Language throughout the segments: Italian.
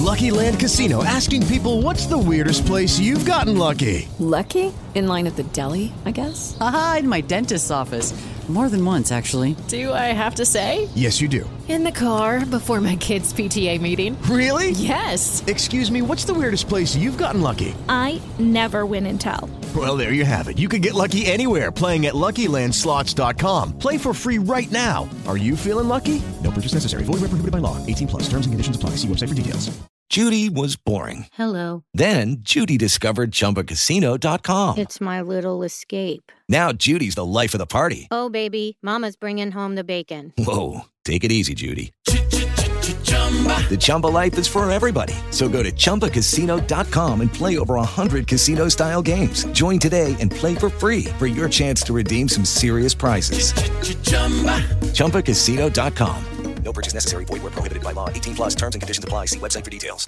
Lucky Land Casino, asking people, what's the weirdest place you've gotten lucky? Lucky? In line at the deli, I guess? Aha, in my dentist's office. More than once, actually. Do I have to say? Yes, you do. In the car before my kids' PTA meeting. Really? Yes. Excuse me, what's the weirdest place you've gotten lucky? I never win and tell. Well, there you have it. You can get lucky anywhere, playing at LuckyLandSlots.com. Play for free right now. Are you feeling lucky? No purchase necessary. Void where prohibited by law. 18 plus. Terms and conditions apply. See website for details. Judy was boring. Hello. Then Judy discovered ChumbaCasino.com. It's my little escape. Now Judy's the life of the party. Oh, baby, mama's bringing home the bacon. Whoa, take it easy, Judy. The Chumba life is for everybody. So go to ChumbaCasino.com and play over 100 casino-style games. Join today and play for free for your chance to redeem some serious prizes. ChumbaCasino.com. No purchase necessary. Void where prohibited by law. 18 plus. Terms and conditions apply. See website for details.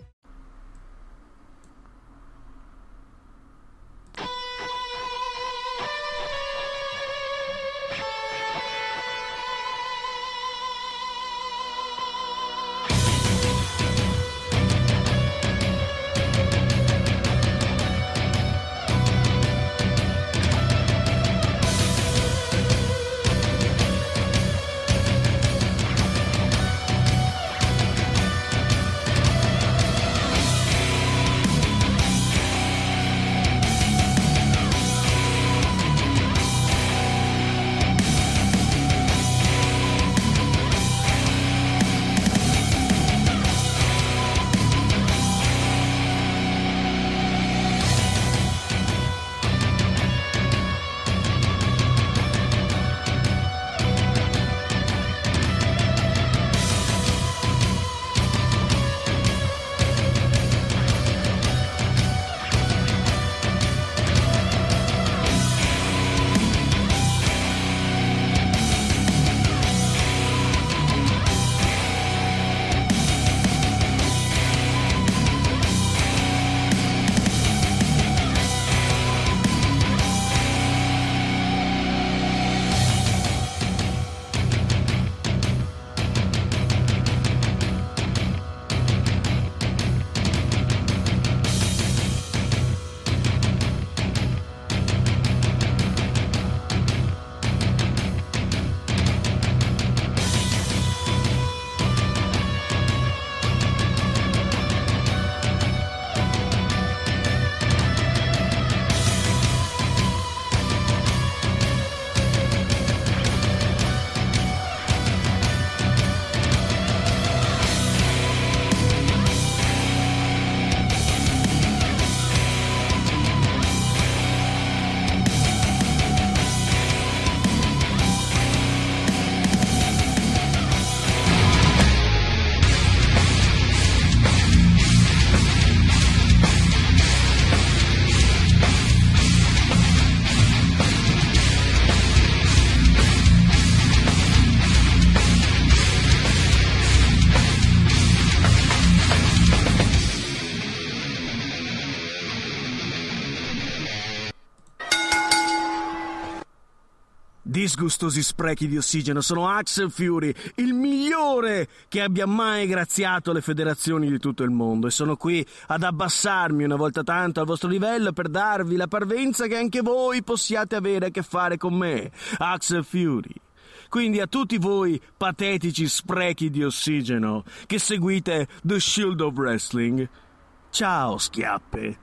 Disgustosi sprechi di ossigeno, sono Axel Fury, il migliore che abbia mai graziato le federazioni di tutto il mondo, e sono qui ad abbassarmi una volta tanto al vostro livello per darvi la parvenza che anche voi possiate avere a che fare con me, Axel Fury. Quindi a tutti voi patetici sprechi di ossigeno che seguite The Shield of Wrestling, ciao schiappe.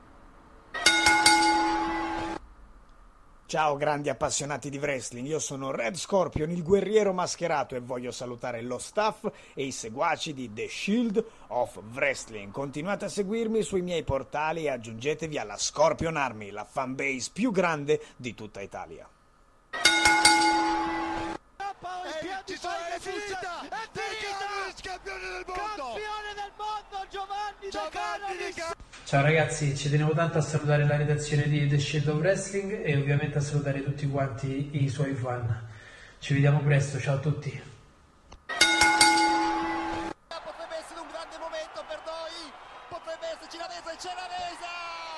Ciao grandi appassionati di wrestling, io sono Red Scorpion, il guerriero mascherato, e voglio salutare lo staff e i seguaci di The Shield of Wrestling. Continuate a seguirmi sui miei portali e aggiungetevi alla Scorpion Army, la fanbase più grande di tutta Italia. Ci sono le finita! È finita! Campione del mondo! Campione del mondo, Giovanni De Caro! Ciao ragazzi, ci tenevo tanto a salutare la redazione di The Shield of Wrestling e ovviamente a salutare tutti quanti i suoi fan. Ci vediamo presto, ciao a tutti. Potrebbe essere un grande momento per noi, potrebbe esserci la resa, e c'è la resa!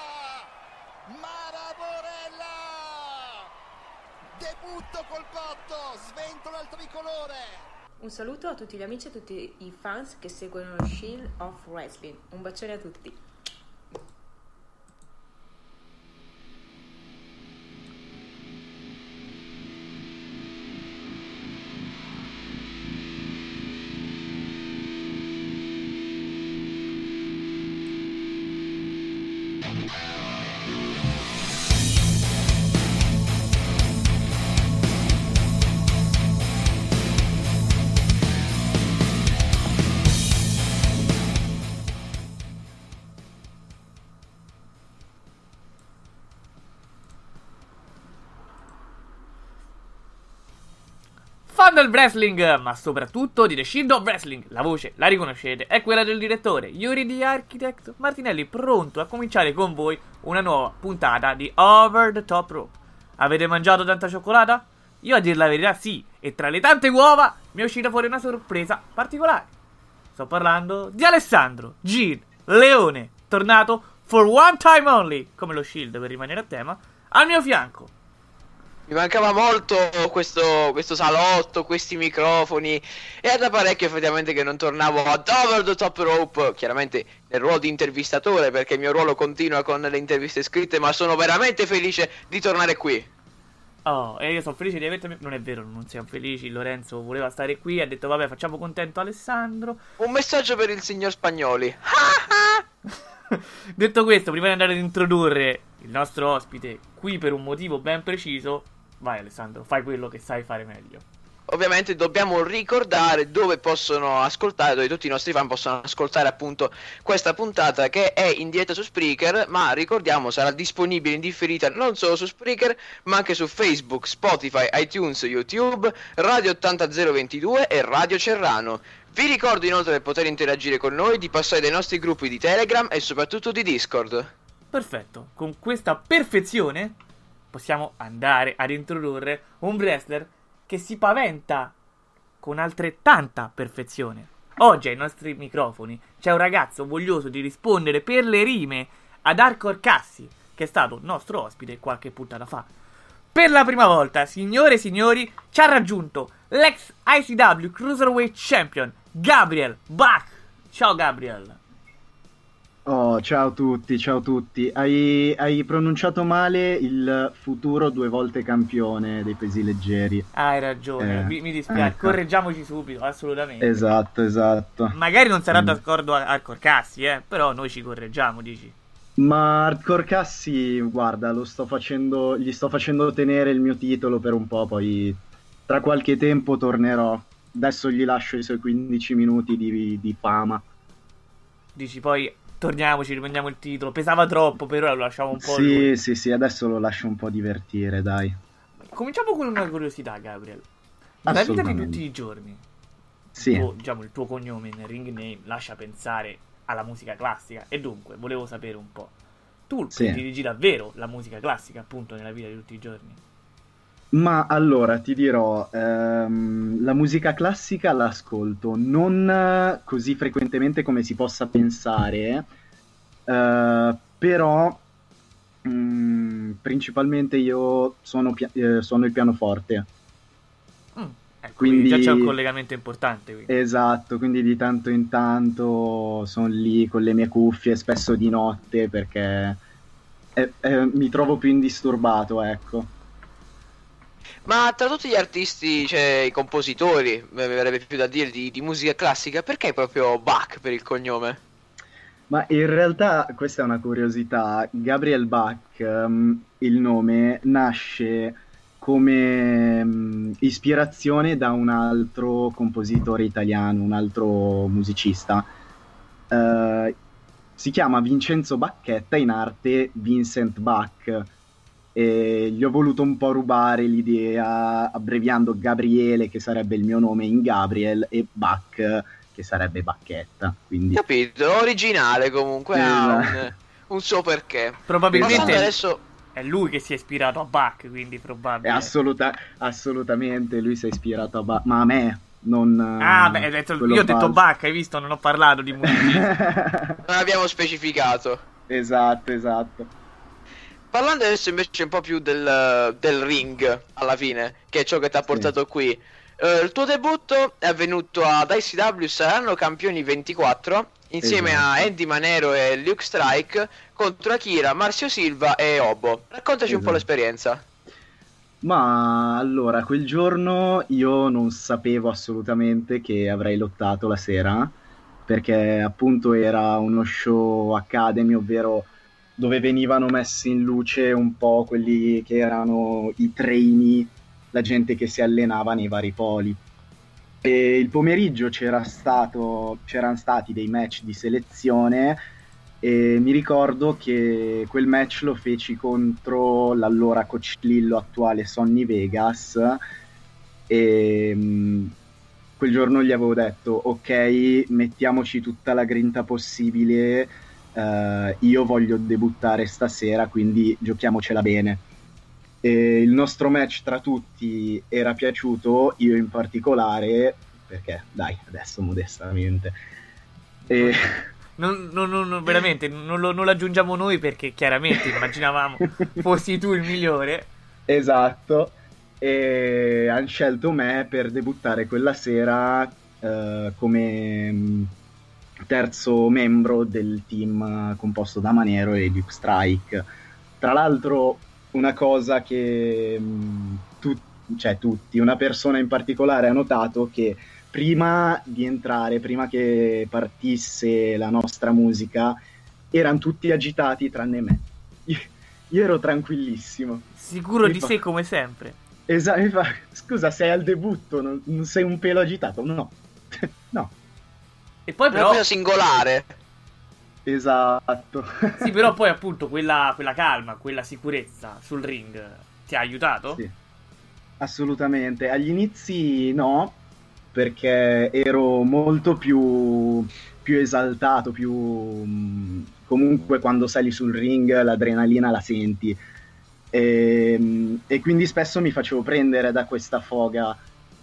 Mara Borella! Debutto col cotto, sventola il tricolore! Un saluto a tutti gli amici e a tutti i fans che seguono lo Shield of Wrestling. Un bacione a tutti. Fan del wrestling, ma soprattutto di The Shield of Wrestling. La voce, la riconoscete, è quella del direttore Yuri The Architect Martinelli, pronto a cominciare con voi una nuova puntata di Over the Top Rope. Avete mangiato tanta cioccolata? Io a dir la verità sì, e tra le tante uova mi è uscita fuori una sorpresa particolare. Sto parlando di Alessandro Gin Leone, tornato for one time only, come lo Shield per rimanere a tema, al mio fianco. Mi mancava molto questo salotto, questi microfoni. È da parecchio effettivamente che non tornavo ad Over the Top Rope, chiaramente nel ruolo di intervistatore, perché il mio ruolo continua con le interviste scritte, ma sono veramente felice di tornare qui. Oh, e io sono felice di averti. Non è vero, non siamo felici. Lorenzo voleva stare qui, ha detto vabbè, facciamo contento Alessandro. Un messaggio per il signor Spagnoli. Detto questo, prima di andare ad introdurre il nostro ospite qui per un motivo ben preciso, vai Alessandro, fai quello che sai fare meglio. Ovviamente dobbiamo ricordare dove possono ascoltare, dove tutti i nostri fan possono ascoltare appunto questa puntata, che è in diretta su Spreaker, ma ricordiamo sarà disponibile in differita non solo su Spreaker ma anche su Facebook, Spotify, iTunes, YouTube, Radio 80022 e Radio Cerrano. Vi ricordo inoltre di poter interagire con noi, di passare dai nostri gruppi di Telegram e soprattutto di Discord. Perfetto, con questa perfezione possiamo andare ad introdurre un wrestler che si paventa con altrettanta perfezione. Oggi ai nostri microfoni c'è un ragazzo voglioso di rispondere per le rime ad Hardcore Cassi, che è stato nostro ospite qualche puntata fa. Per la prima volta, signore e signori, ci ha raggiunto l'ex ICW Cruiserweight Champion Gabriel Bach. Ciao Gabriel. Oh, ciao a tutti. Hai pronunciato male il futuro 2 volte campione dei pesi leggeri. Hai ragione, mi dispiace, ecco. Correggiamoci subito, assolutamente. Esatto. Magari non sarà d'accordo Hardcore Cassi, però noi ci correggiamo, dici. Ma Hardcore Cassi, guarda, gli sto facendo tenere il mio titolo per un po', poi tra qualche tempo tornerò. Adesso gli lascio i suoi 15 minuti di fama. Dici poi torniamoci, riprendiamo il titolo. Pesava troppo, però lo lasciamo un po'. Sì, adesso lo lascio un po' divertire, dai. Cominciamo con una curiosità, Gabriel. La vita di tutti i giorni. Sì. Diciamo il tuo cognome in ring name lascia pensare alla musica classica. E dunque, volevo sapere un po'. Tu dirigi davvero la musica classica, appunto, nella vita di tutti i giorni? Ma allora ti dirò, la musica classica l'ascolto non così frequentemente come si possa pensare, però principalmente io suono il pianoforte. Quindi già c'è un collegamento importante qui. Esatto, quindi di tanto in tanto sono lì con le mie cuffie, spesso di notte, perché mi trovo più indisturbato, ecco. Ma tra tutti gli artisti, cioè i compositori, mi verrebbe più da dire, di musica classica, perché proprio Bach per il cognome? Ma in realtà questa è una curiosità. Gabriel Bach, il nome, nasce come ispirazione da un altro compositore italiano, un altro musicista. Si chiama Vincenzo Bacchetta, in arte Vincent Bach. E gli ho voluto un po' rubare l'idea, abbreviando Gabriele, che sarebbe il mio nome, in Gabriel, e Bach, che sarebbe Bacchetta. Quindi... Capito, originale comunque, ha un suo perché. Probabilmente adesso è lui che si è ispirato a Bach, quindi probabile. Assolutamente, lui si è ispirato a Bach, ma a me non... io ho detto Bach, hai visto, non ho parlato di musica. Non abbiamo specificato. Esatto. Parlando adesso invece un po' più del ring, alla fine, che è ciò che ti ha portato qui. Il tuo debutto è avvenuto ad ICW, saranno campioni 24 insieme a Andy Manero e Luke Strike contro Akira, Marcio Silva e Obo. Raccontaci un po' l'esperienza. Ma allora, quel giorno io non sapevo assolutamente che avrei lottato la sera, perché appunto era uno show Academy, ovvero dove venivano messi in luce un po' quelli che erano i trainee, la gente che si allenava nei vari poli. E il pomeriggio c'erano stati dei match di selezione e mi ricordo che quel match lo feci contro l'allora coach Lillo, attuale Sonny Vegas, e quel giorno gli avevo detto ok, mettiamoci tutta la grinta possibile, io voglio debuttare stasera, quindi giochiamocela bene. E il nostro match tra tutti era piaciuto, io in particolare, perché dai, adesso modestamente. E... Non, veramente, non lo aggiungiamo noi perché chiaramente immaginavamo fossi tu il migliore. Esatto, e hanno scelto me per debuttare quella sera come terzo membro del team composto da Manero e Luke Strike. Tra l'altro una cosa che tutti, una persona in particolare ha notato che prima di entrare, prima che partisse la nostra musica, erano tutti agitati tranne me. Io ero tranquillissimo. Sicuro di sé come sempre. Esatto, mi fa, scusa, sei al debutto, non sei un pelo agitato? No. No. E poi però... proprio singolare. Esatto. Sì, però poi appunto quella calma, quella sicurezza sul ring ti ha aiutato? Sì, assolutamente. Agli inizi no, perché ero molto più esaltato, comunque quando sali sul ring l'adrenalina la senti, e quindi spesso mi facevo prendere da questa foga,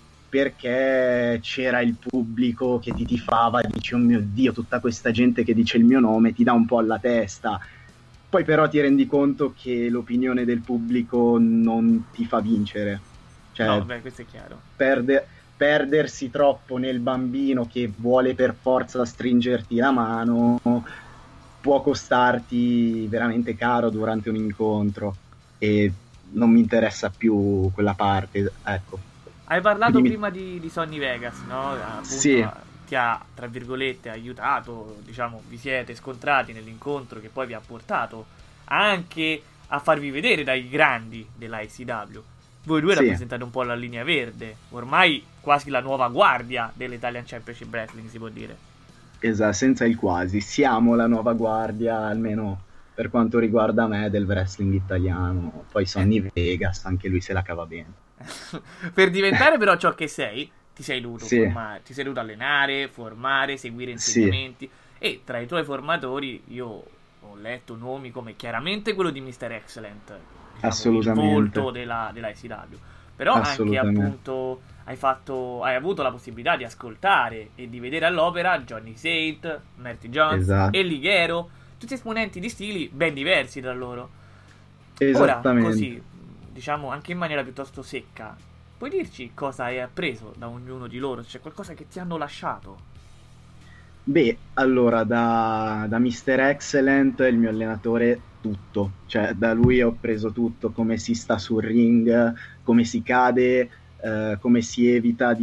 perché c'era il pubblico che ti tifava, dici oh mio Dio, tutta questa gente che dice il mio nome, ti dà un po' alla testa. Poi però ti rendi conto che l'opinione del pubblico non ti fa vincere, cioè no, beh, questo è chiaro. Perdersi troppo nel bambino che vuole per forza stringerti la mano può costarti veramente caro durante un incontro, e non mi interessa più quella parte, ecco. Hai parlato prima di Sonny Vegas, no? Appunto, sì. Ti ha, tra virgolette, aiutato, diciamo, vi siete scontrati nell'incontro che poi vi ha portato anche a farvi vedere dai grandi dell'ICW. Voi due rappresentate un po' la linea verde, ormai quasi la nuova guardia dell'Italian Championship Wrestling, si può dire. Esatto, senza il quasi, siamo la nuova guardia, almeno per quanto riguarda me, del wrestling italiano. Poi Sonny Vegas, anche lui se la cava bene. Per diventare però ciò che sei, ti sei dovuto formare, ti sei dovuto allenare, formare, seguire insegnamenti, e tra i tuoi formatori io ho letto nomi come chiaramente quello di Mr. Excellent, diciamo, assolutamente, il volto della ICW, però anche appunto hai avuto la possibilità di ascoltare e di vedere all'opera Johnny Saint, Marty Jones e Ligero, tutti esponenti di stili ben diversi tra loro. Esattamente. Ora, così, diciamo anche in maniera piuttosto secca, puoi dirci cosa hai appreso da ognuno di loro? C'è qualcosa che ti hanno lasciato? Beh, allora da Mr. Excellent, il mio allenatore, tutto, cioè da lui ho preso tutto, come si sta sul ring, come si cade, come si evita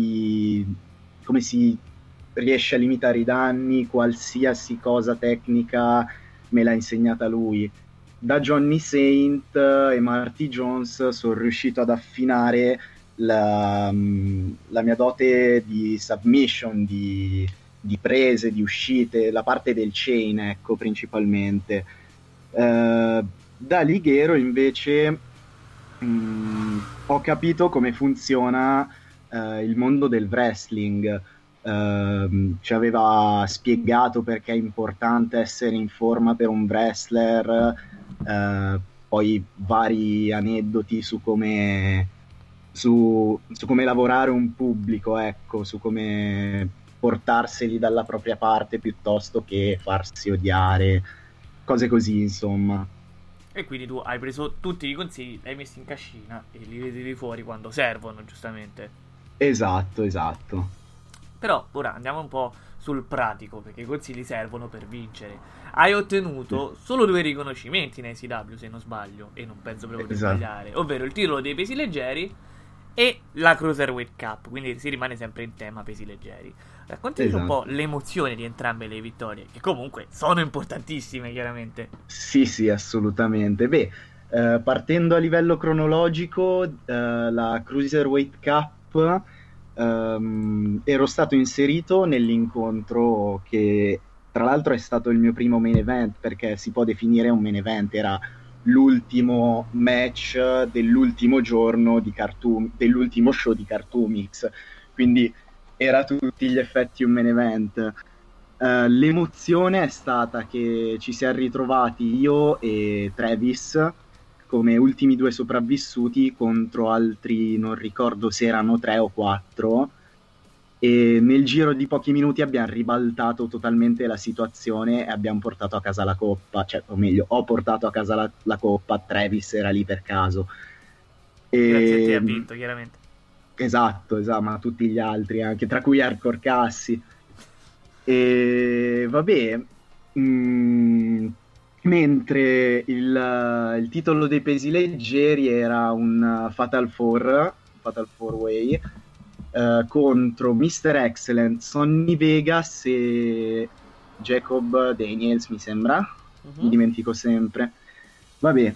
come si riesce a limitare i danni, qualsiasi cosa tecnica me l'ha insegnata lui. Da Johnny Saint e Marty Jones sono riuscito ad affinare la mia dote di submission, di prese, di uscite, la parte del chain, ecco, principalmente. Da Ligero invece ho capito come funziona il mondo del wrestling. Ci aveva spiegato perché è importante essere in forma per un wrestler, poi vari aneddoti su come lavorare un pubblico, ecco, su come portarseli dalla propria parte piuttosto che farsi odiare, cose così, insomma. E quindi tu hai preso tutti i consigli, li hai messi in cascina e li vedevi fuori quando servono, giustamente. Esatto. Però ora andiamo un po' sul pratico, perché i consigli servono per vincere. Hai ottenuto solo 2 riconoscimenti in ICW, se non sbaglio, e non penso proprio di sbagliare, ovvero il titolo dei pesi leggeri e la Cruiserweight Cup, quindi si rimane sempre in tema pesi leggeri. Raccontaci un po' l'emozione di entrambe le vittorie, che comunque sono importantissime, chiaramente. Sì, assolutamente. Beh, partendo a livello cronologico, la Cruiserweight Cup, ero stato inserito nell'incontro che tra l'altro è stato il mio primo main event, perché si può definire un main event, era l'ultimo match dell'ultimo giorno dell'ultimo show di Cartoomix, quindi era a tutti gli effetti un main event. L'emozione è stata che ci siamo ritrovati io e Travis come ultimi 2 sopravvissuti contro altri, non ricordo se erano 3 o 4, e nel giro di pochi minuti abbiamo ribaltato totalmente la situazione e abbiamo portato a casa la coppa, cioè, o meglio, ho portato a casa la coppa, Travis era lì per caso. Grazie a te ha vinto, chiaramente. Esatto, ma tutti gli altri anche, tra cui Hardcore Cassi. E vabbè, mentre il titolo dei pesi leggeri era un Fatal 4-way contro Mr. Excellent, Sonny Vegas e Jacob Daniels, mi sembra. Mi dimentico sempre. Vabbè,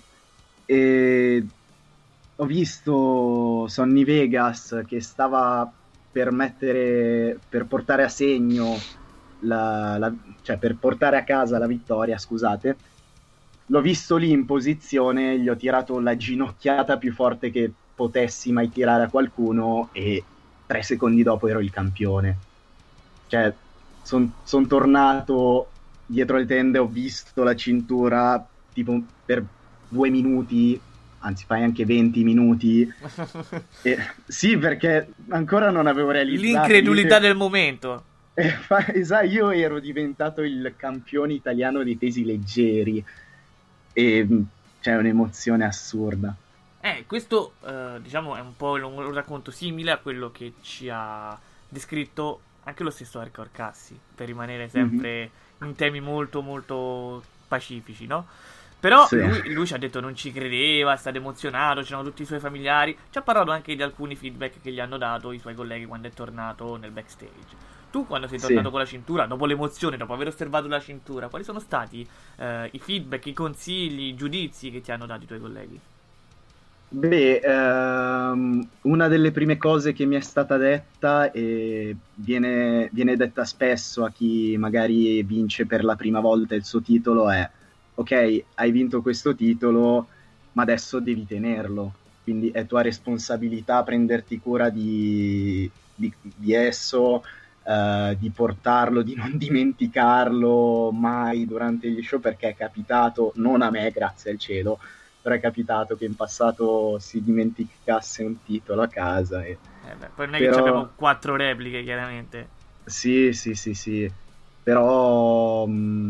ho visto Sonny Vegas che stava per portare a segno cioè per portare a casa la vittoria, scusate. L'ho visto lì in posizione, gli ho tirato la ginocchiata più forte che potessi mai tirare a qualcuno e 3 secondi dopo ero il campione. Cioè, son tornato dietro le tende, ho visto la cintura tipo per 2 minuti, anzi fai anche 20 minuti. Sì, perché ancora non avevo realizzato l'incredulità del momento. Io ero diventato il campione italiano dei pesi leggeri e c'è un'emozione assurda. Questo diciamo è un po' un racconto simile a quello che ci ha descritto anche lo stesso Hardcore Cassi, per rimanere sempre in temi molto molto pacifici, no? Però sì. lui ci ha detto non ci credeva, è stato emozionato, c'erano tutti i suoi familiari, ci ha parlato anche di alcuni feedback che gli hanno dato i suoi colleghi quando è tornato nel backstage. Tu quando sei tornato con la cintura, dopo l'emozione, dopo aver osservato la cintura, quali sono stati i feedback, i consigli, i giudizi che ti hanno dato i tuoi colleghi? Beh, una delle prime cose che mi è stata detta e viene detta spesso a chi magari vince per la prima volta il suo titolo è: ok, hai vinto questo titolo, ma adesso devi tenerlo, quindi è tua responsabilità prenderti cura di esso, di portarlo, di non dimenticarlo mai durante gli show, perché è capitato, non a me, grazie al cielo, però è capitato che in passato si dimenticasse un titolo a casa poi non è che abbiamo 4 repliche, chiaramente. Sì, però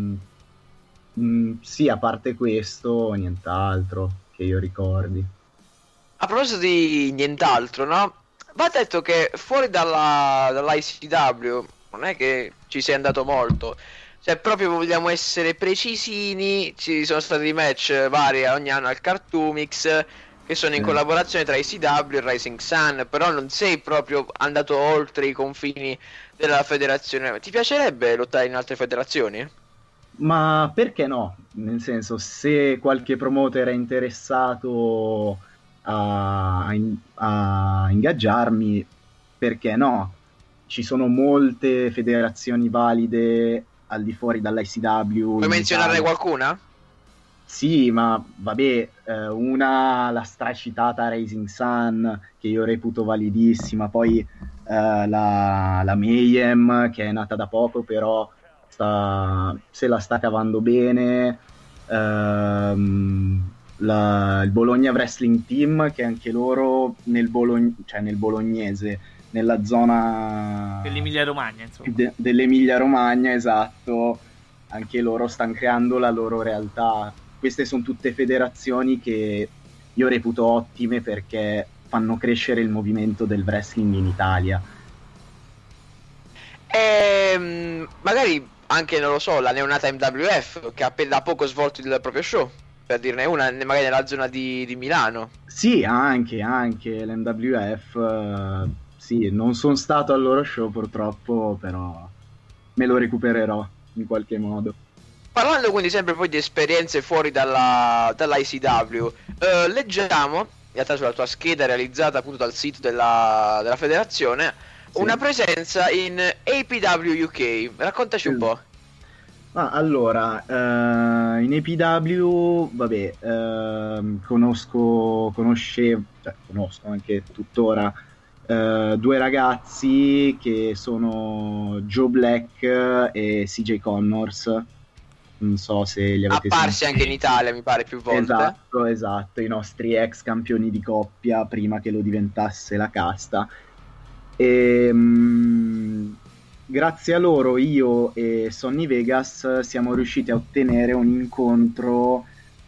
sì, a parte questo nient'altro che io ricordi. A proposito di nient'altro, no? Va detto che fuori dall'ICW non è che ci sia andato molto. Se proprio vogliamo essere precisini, ci sono stati match vari ogni anno al Cartoomix che sono in collaborazione tra ICW e Rising Sun, però non sei proprio andato oltre i confini della federazione. Ti piacerebbe lottare in altre federazioni? Ma perché no? Nel senso, se qualche promoter è interessato a ingaggiarmi, perché no? Ci sono molte federazioni valide al di fuori dall'ICW. Puoi menzionarne qualcuna? Sì, ma vabbè, una, la stracitata Rising Sun, che io reputo validissima, poi la Mayhem, che è nata da poco, però se la sta cavando bene, il Bologna Wrestling Team, che anche loro nel bolognese, nella zona dell'Emilia Romagna, insomma. Dell'Emilia Romagna, esatto, anche loro stanno creando la loro realtà. Queste sono tutte federazioni che io reputo ottime, perché fanno crescere il movimento del wrestling in Italia. Magari anche, non lo so, la neonata MWF che ha da poco svolto il proprio show, per dirne una, magari nella zona di Milano. Sì, anche l'MWF, sì, non sono stato al loro show purtroppo, però me lo recupererò in qualche modo. Parlando quindi sempre poi di esperienze fuori dall'ICW, leggiamo, in realtà sulla tua scheda realizzata appunto dal sito della federazione, sì, una presenza in APW UK. Raccontaci un po'. Allora, in APW, vabbè, conosco anche tuttora due ragazzi che sono Joe Black e CJ Connors. Non so se li avete apparsi sentiti. Anche in Italia, mi pare, più volte. Esatto, i nostri ex campioni di coppia prima che lo diventasse la casta. Grazie a loro io e Sonny Vegas siamo riusciti a ottenere un incontro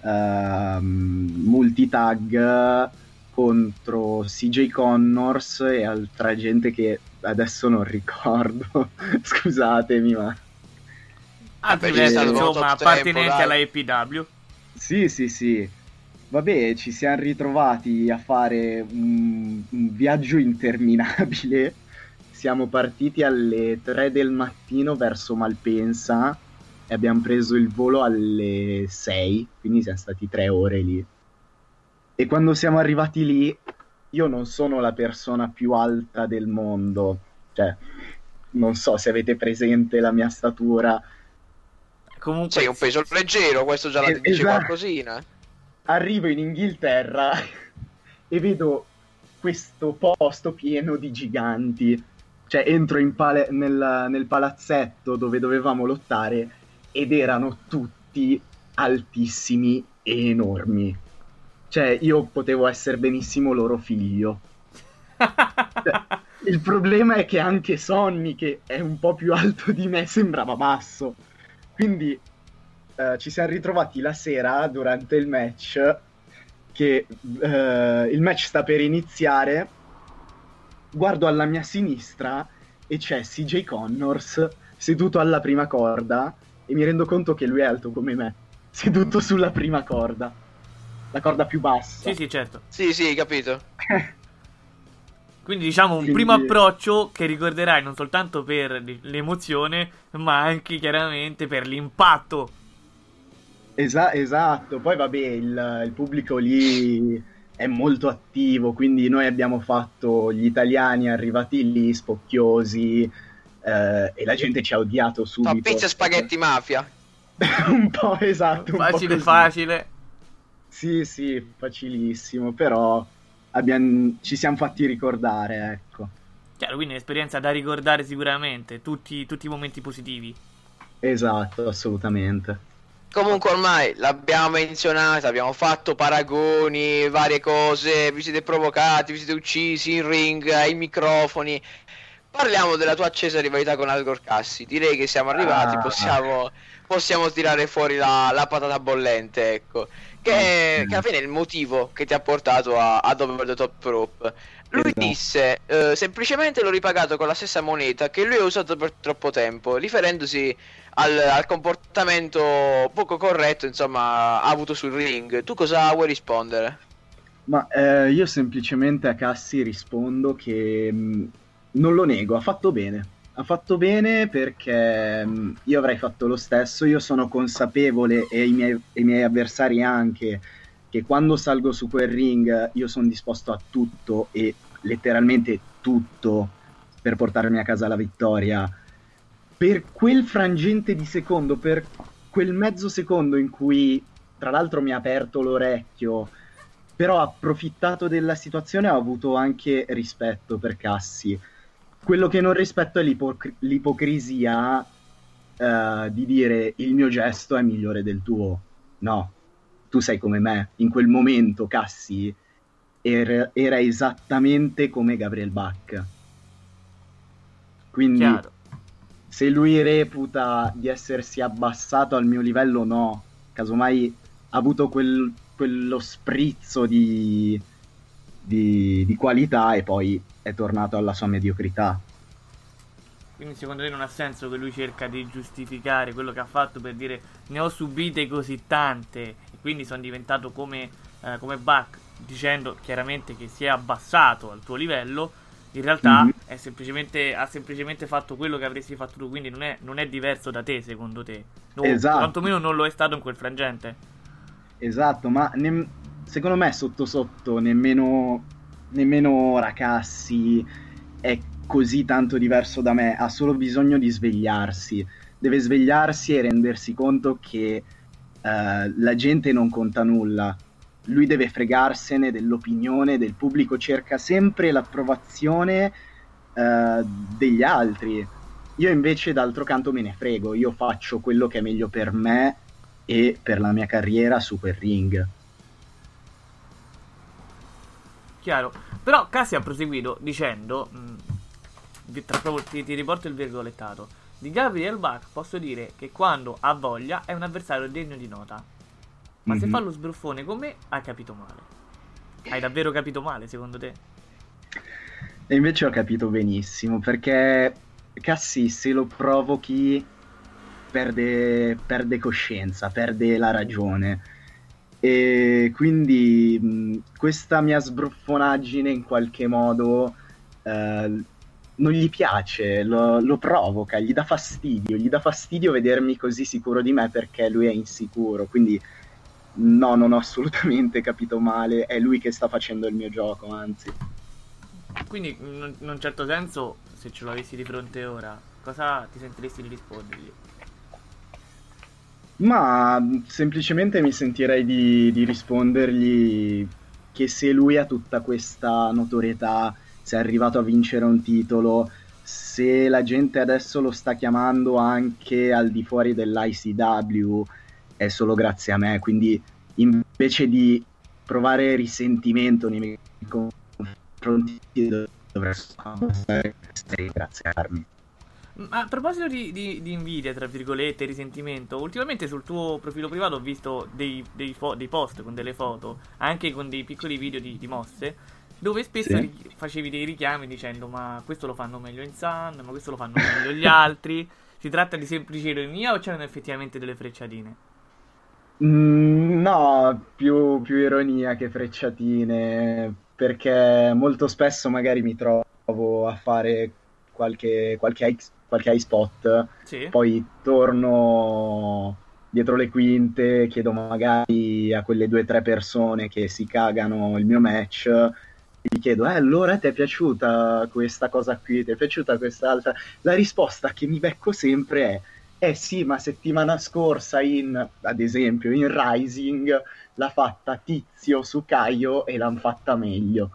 multitag contro CJ Connors e altra gente che adesso non ricordo. Scusatemi, ma insomma, appartenenti alla APW. Sì. Vabbè, ci siamo ritrovati a fare un viaggio interminabile. Siamo partiti alle 3 del mattino verso Malpensa e abbiamo preso il volo alle 6, quindi siamo stati 3 ore lì. E quando siamo arrivati lì, io non sono la persona più alta del mondo, cioè, non so se avete presente la mia statura. Comunque sei un peso leggero, questo già la dice esatto. Qualcosina. Arrivo in Inghilterra e vedo questo posto pieno di giganti. Cioè entro nel palazzetto dove dovevamo lottare ed erano tutti altissimi e enormi. Cioè io potevo essere benissimo loro figlio. Il problema è che anche Sonny, che è un po' più alto di me, sembrava basso. Quindi ci siamo ritrovati la sera durante il match, che il match sta per iniziare, guardo alla mia sinistra e c'è CJ Connors seduto alla prima corda e mi rendo conto che lui è alto come me, seduto sulla prima corda, la corda più bassa. Sì, certo. Sì, capito. Quindi diciamo un primo approccio che ricorderai non soltanto per l'emozione, ma anche chiaramente per l'impatto. Esatto, poi vabbè, il pubblico lì è molto attivo, quindi noi abbiamo fatto gli italiani arrivati lì spocchiosi e la gente ci ha odiato subito. Pizza, spaghetti, mafia. Un po', esatto, un facile po' facile. Sì, facilissimo, però ci siamo fatti ricordare, ecco. Chiaro, quindi è un'esperienza da ricordare sicuramente, tutti i momenti positivi. Esatto, assolutamente. Comunque ormai l'abbiamo menzionata, abbiamo fatto paragoni, varie cose, vi siete provocati, vi siete uccisi in ring, ai microfoni. Parliamo della tua accesa rivalità con Algor Cassi. Direi che siamo arrivati, possiamo tirare fuori la patata bollente, ecco. Che alla fine è il motivo che ti ha portato ad Over the Top Rope. Lui disse, semplicemente l'ho ripagato con la stessa moneta che lui ha usato per troppo tempo, riferendosi al comportamento poco corretto, insomma, ha avuto sul ring. Tu cosa vuoi rispondere? Ma io semplicemente a Cassi rispondo che non lo nego, ha fatto bene perché io avrei fatto lo stesso. Io sono consapevole, e i miei avversari anche, che quando salgo su quel ring io sono disposto a tutto, e letteralmente tutto, per portarmi a casa la vittoria. Per quel frangente di secondo, per quel mezzo secondo in cui tra l'altro mi ha aperto l'orecchio, però ho approfittato della situazione, ho avuto anche rispetto per Cassi. Quello che non rispetto è l'ipocrisia di dire il mio gesto è migliore del tuo. No, tu sei come me. In quel momento Cassi era esattamente come Gabriel Bach. Quindi chiaro. Se lui reputa di essersi abbassato al mio livello, no. Casomai ha avuto quello sprizzo di di qualità e poi è tornato alla sua mediocrità. Quindi secondo te non ha senso che lui cerca di giustificare quello che ha fatto per dire ne ho subite così tante e quindi sono diventato come Buck, dicendo chiaramente che si è abbassato al tuo livello, in realtà ha semplicemente fatto quello che avresti fatto tu, quindi non è diverso da te secondo te, Esatto. quantomeno non lo è stato in quel frangente. Esatto, ma secondo me sotto sotto nemmeno Racassi è così tanto diverso da me, ha solo bisogno di svegliarsi, deve svegliarsi e rendersi conto che la gente non conta nulla, lui deve fregarsene dell'opinione del pubblico, cerca sempre l'approvazione degli altri. Io invece d'altro canto me ne frego, io faccio quello che è meglio per me e per la mia carriera su quel ring. Chiaro, però Cassi ha proseguito dicendo, ti riporto il virgolettato, di Gabriel Buck posso dire che quando ha voglia è un avversario degno di nota, ma se fa lo sbruffone con me hai capito male. Hai davvero capito male secondo te? E invece ho capito benissimo, perché Cassi se lo provochi perde coscienza, perde la ragione, e quindi questa mia sbruffonaggine in qualche modo non gli piace, lo provoca, gli dà fastidio vedermi così sicuro di me, perché lui è insicuro, quindi no, non ho assolutamente capito male, è lui che sta facendo il mio gioco, anzi. Quindi in un certo senso, se ce lo avessi di fronte ora, cosa ti sentiresti di rispondergli? Ma semplicemente mi sentirei di rispondergli che se lui ha tutta questa notorietà, se è arrivato a vincere un titolo, se la gente adesso lo sta chiamando anche al di fuori dell'ICW, è solo grazie a me, quindi invece di provare risentimento nei miei confronti dovrei ringraziarmi. Ma a proposito di invidia, tra virgolette, risentimento, ultimamente sul tuo profilo privato ho visto dei post con delle foto, anche con dei piccoli video di mosse, dove spesso facevi dei richiami dicendo ma questo lo fanno meglio in Sun, ma questo lo fanno meglio gli altri. Si tratta di semplice ironia o c'erano effettivamente delle frecciatine? No, più ironia che frecciatine, perché molto spesso magari mi trovo a fare qualche high spot, poi torno dietro le quinte, chiedo magari a quelle 2 o 3 persone che si cagano il mio match, gli chiedo allora ti è piaciuta questa cosa qui, ti è piaciuta quest'altra? La risposta che mi becco sempre è sì, ma settimana scorsa ad esempio in Rising l'ha fatta Tizio su Caio e l'han fatta meglio.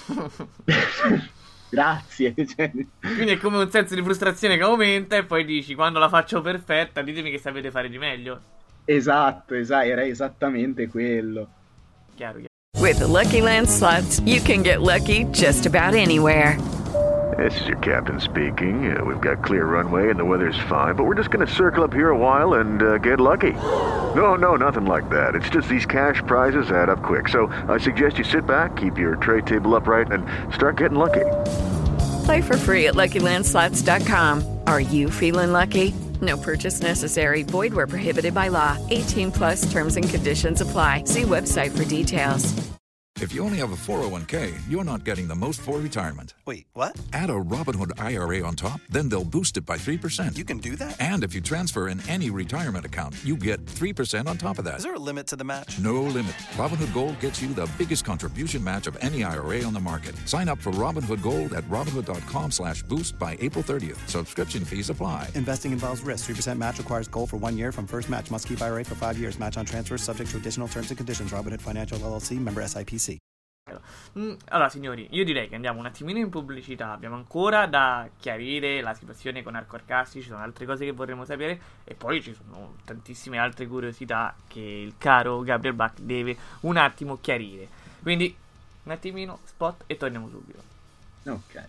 Grazie. Quindi è come un senso di frustrazione che aumenta e poi dici quando la faccio perfetta ditemi che sapete fare di meglio. Esatto, era esattamente quello. Chiaro. With the Lucky Land Slots, you can get lucky just about anywhere. This is your captain speaking. We've got clear runway and the weather's fine, but we're just going to circle up here a while and get lucky. No, nothing like that. It's just these cash prizes add up quick. So I suggest you sit back, keep your tray table upright, and start getting lucky. Play for free at LuckyLandSlots.com. Are you feeling lucky? No purchase necessary. Void where prohibited by law. 18+ terms and conditions apply. See website for details. If you only have a 401k, you're not getting the most for retirement. Wait, what? Add a Robinhood IRA on top, then they'll boost it by 3%. You can do that? And if you transfer in any retirement account, you get 3% on top of that. Is there a limit to the match? No limit. Robinhood Gold gets you the biggest contribution match of any IRA on the market. Sign up for Robinhood Gold at Robinhood.com/boost by April 30th. Subscription fees apply. Investing involves risk. 3% match requires gold for 1 year from first match. Must keep IRA for 5 years. Match on transfers subject to additional terms and conditions. Robinhood Financial LLC, member SIPC. Allora signori, io direi che andiamo un attimino in pubblicità. Abbiamo ancora da chiarire la situazione con Arco Arcassi, ci sono altre cose che vorremmo sapere e poi ci sono tantissime altre curiosità che il caro Gabriel Buck deve un attimo chiarire. Quindi un attimino spot e torniamo subito. Ok.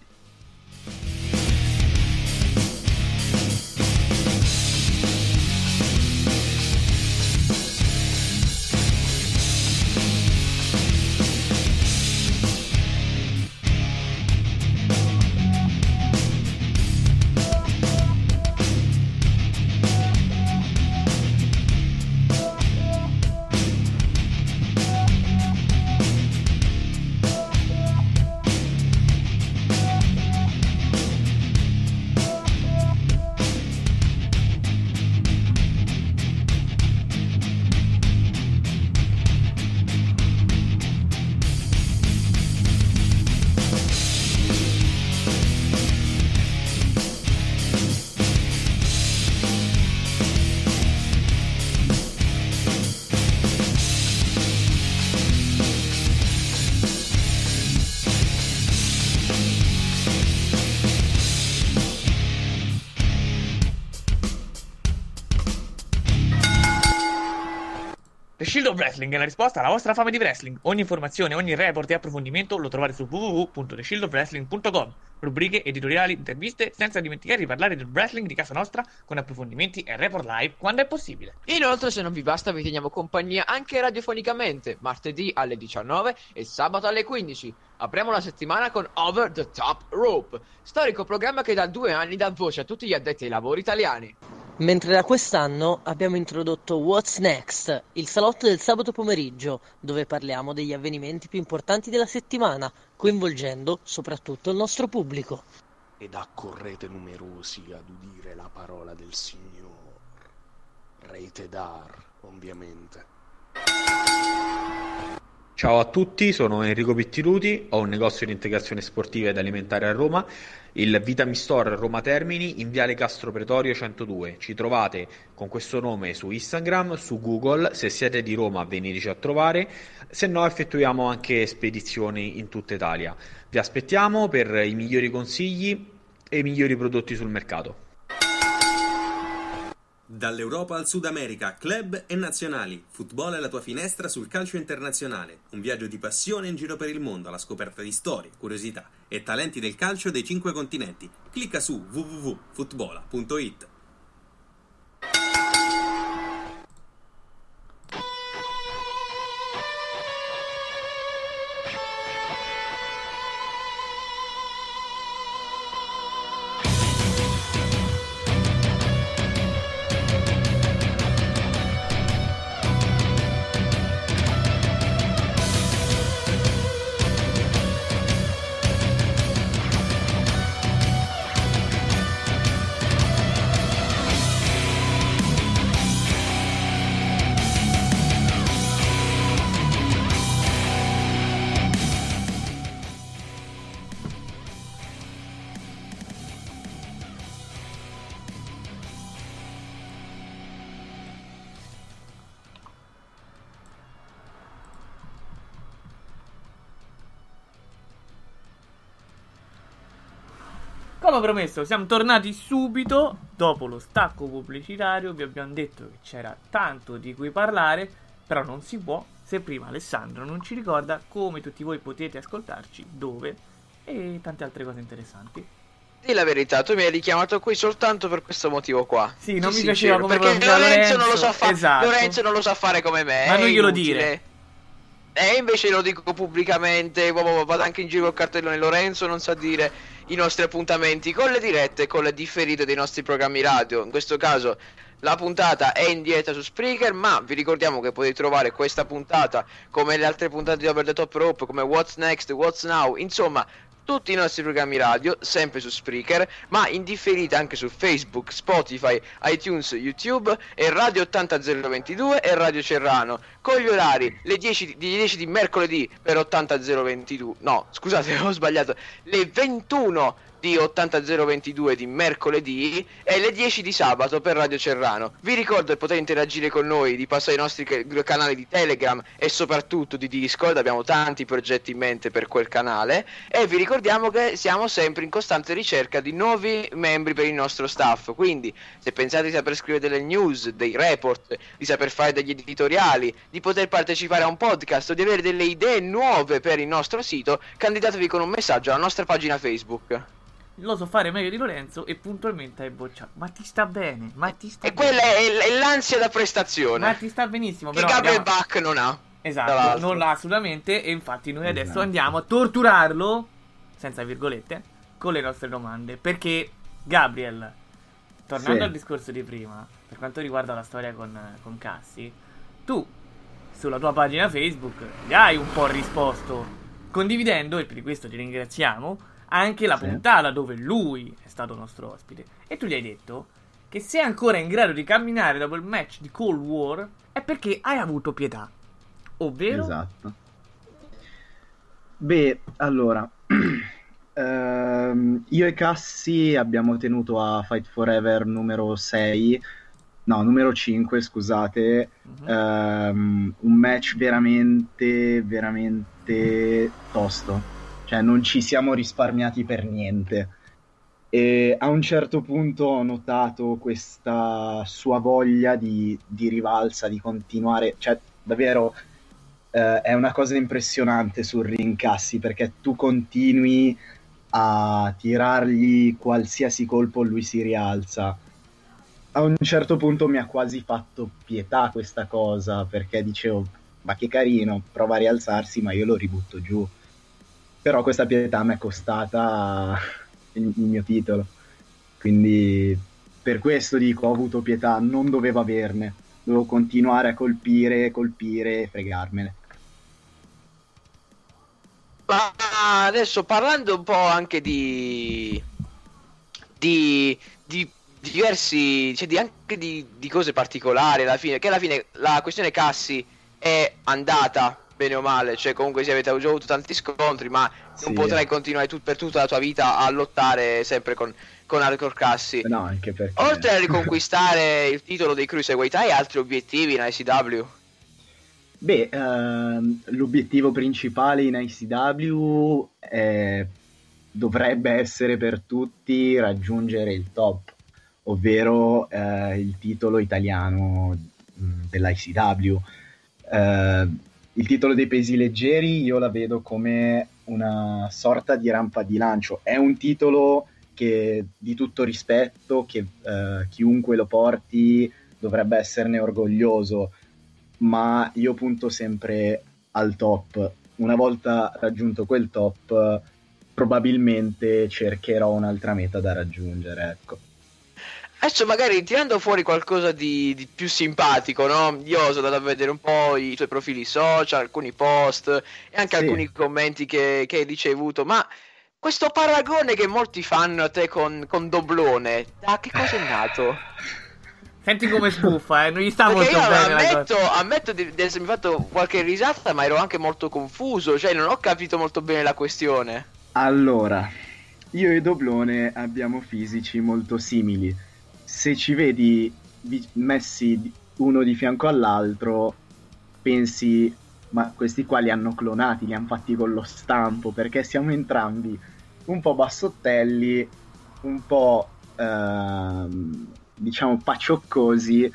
The Shield of Wrestling è la risposta alla vostra fame di wrestling. Ogni informazione, ogni report e approfondimento lo trovate su www.theshieldofwrestling.com. Rubriche, editoriali, interviste, senza dimenticare di parlare del wrestling di casa nostra con approfondimenti e report live quando è possibile. Inoltre, se non vi basta, vi teniamo compagnia anche radiofonicamente, martedì alle 19 e sabato alle 15. Apriamo la settimana con Over the Top Rope, storico programma che da 2 anni dà voce a tutti gli addetti ai lavori italiani. Mentre da quest'anno abbiamo introdotto What's Next, il salotto del sabato pomeriggio, dove parliamo degli avvenimenti più importanti della settimana, coinvolgendo soprattutto il nostro pubblico. Ed accorrete numerosi ad udire la parola del Signore. Rated R, ovviamente. Ciao a tutti, sono Enrico Pittiruti, ho un negozio di integrazione sportiva ed alimentare a Roma, il Vitami Store Roma Termini in Viale Castro Pretorio 102. Ci trovate con questo nome su Instagram, su Google, se siete di Roma veniteci a trovare, se no effettuiamo anche spedizioni in tutta Italia. Vi aspettiamo per i migliori consigli e i migliori prodotti sul mercato. Dall'Europa al Sud America, club e nazionali, football è la tua finestra sul calcio internazionale, un viaggio di passione in giro per il mondo alla scoperta di storie, curiosità e talenti del calcio dei 5 continenti. Clicca su www.footbola.it. Come promesso, siamo tornati subito dopo lo stacco pubblicitario. Vi abbiamo detto che c'era tanto di cui parlare, però non si può se prima Alessandro non ci ricorda come tutti voi potete ascoltarci, dove e tante altre cose interessanti. Dì la verità, tu mi hai richiamato qui soltanto per questo motivo qua. Sì, non mi piaceva come perché Lorenzo non lo sa fare. Esatto. Lorenzo non lo sa fare come me. Ma non glielo inutile. dire. E invece lo dico pubblicamente, vado anche in giro col cartellone. Lorenzo non sa dire i nostri appuntamenti con le dirette e con le differite dei nostri programmi radio. In questo caso la puntata è in diretta su Spreaker, ma vi ricordiamo che potete trovare questa puntata come le altre puntate di Over the Top Rope, come What's Next, What's Now, insomma tutti i nostri programmi radio sempre su Spreaker, ma in differita anche su Facebook, Spotify, iTunes, YouTube e Radio 80022 e Radio Cerrano, con gli orari le 10 di mercoledì per 80022, no scusate ho sbagliato, le 21 di 80022 di mercoledì e le 10 di sabato per Radio Cerrano. Vi ricordo che potete interagire con noi, di passare ai nostri canali di Telegram e soprattutto di Discord, abbiamo tanti progetti in mente per quel canale, e vi ricordiamo che siamo sempre in costante ricerca di nuovi membri per il nostro staff, quindi se pensate di saper scrivere delle news, dei report, di saper fare degli editoriali, di poter partecipare a un podcast o di avere delle idee nuove per il nostro sito, candidatevi con un messaggio alla nostra pagina Facebook. Lo so fare meglio di Lorenzo e puntualmente hai bocciato. Ma ti sta bene, ma ti sta bene. E quella è l'ansia da prestazione. Ma ti sta benissimo, che però Gabriel Bach non ha. Esatto, non l'ha assolutamente. E infatti noi adesso andiamo a torturarlo, senza virgolette, con le nostre domande. Perché Gabriel, tornando al discorso di prima, per quanto riguarda la storia con Cassi, tu sulla tua pagina Facebook gli hai un po' risposto, condividendo, e per questo ti ringraziamo, anche la puntata dove lui è stato nostro ospite. E tu gli hai detto che se è ancora in grado di camminare dopo il match di Cold War è perché hai avuto pietà, ovvero? Esatto. Beh, allora io e Cassi abbiamo tenuto a Fight Forever numero 5, scusate, un match veramente veramente tosto. Cioè non ci siamo risparmiati per niente. E a un certo punto ho notato questa sua voglia di rivalsa, di continuare, cioè davvero è una cosa impressionante sul ring Cassie, perché tu continui a tirargli qualsiasi colpo, lui si rialza. A un certo punto mi ha quasi fatto pietà questa cosa, perché dicevo, ma che carino, prova a rialzarsi, ma io lo ributto giù. Però questa pietà mi è costata il mio titolo. Quindi per questo dico, ho avuto pietà, non dovevo averne. Dovevo continuare a colpire e fregarmene. Ma adesso parlando un po' anche di diversi, cioè anche di cose particolari alla fine, che alla fine la questione Cassie è andata bene o male, cioè comunque avete già avuto tanti scontri, ma non potrai continuare per tutta la tua vita a lottare sempre con Hardcore Cassie. No, anche perché... Oltre a riconquistare il titolo dei Cruiserweight, hai altri obiettivi in ICW? Beh, l'obiettivo principale in ICW dovrebbe essere per tutti raggiungere il top, ovvero il titolo italiano dell'ICW. Il titolo dei pesi leggeri io la vedo come una sorta di rampa di lancio. È un titolo che di tutto rispetto, che chiunque lo porti dovrebbe esserne orgoglioso, ma io punto sempre al top. Una volta raggiunto quel top, probabilmente cercherò un'altra meta da raggiungere, ecco. Adesso magari tirando fuori qualcosa di più simpatico, no? Io sono andato a vedere un po' i tuoi profili social, alcuni post e anche alcuni commenti che hai ricevuto, ma questo paragone che molti fanno a te con Doblone, da che cosa è nato? Senti come spuffa, non gli sta molto bene. Ammetto di essermi fatto qualche risata, ma ero anche molto confuso, cioè non ho capito molto bene la questione. Allora, io e Doblone abbiamo fisici molto simili. Se ci vedi messi uno di fianco all'altro, pensi, ma questi qua li hanno clonati, li hanno fatti con lo stampo, perché siamo entrambi un po' bassottelli, un po' diciamo pacioccosi,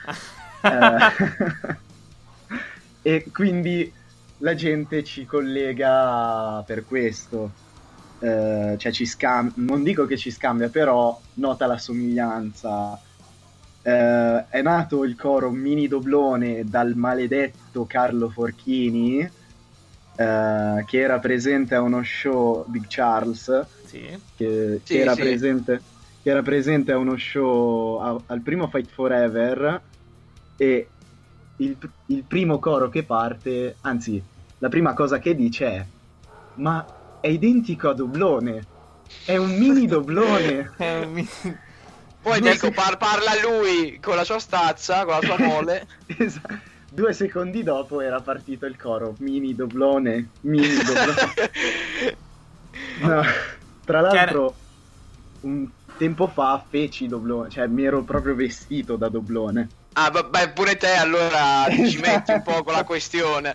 e quindi la gente ci collega per questo. Cioè non dico che ci scambia, però nota la somiglianza. È nato il coro Mini Doblone dal maledetto Carlo Forchini, che era presente a uno show, Big Charles, che era presente a uno show al primo Fight Forever, e il primo coro che parte, anzi la prima cosa che dice è: ma è identico a Doblone, è un mini Doblone. Poi dico, parla lui con la sua stazza, con la sua mole. Esatto. 2 secondi dopo era partito il coro Mini Doblone, Mini Doblone. No, tra l'altro un tempo fa feci Doblone, cioè mi ero proprio vestito da Doblone. Ah, beh, pure te allora ci metti un po' con la questione.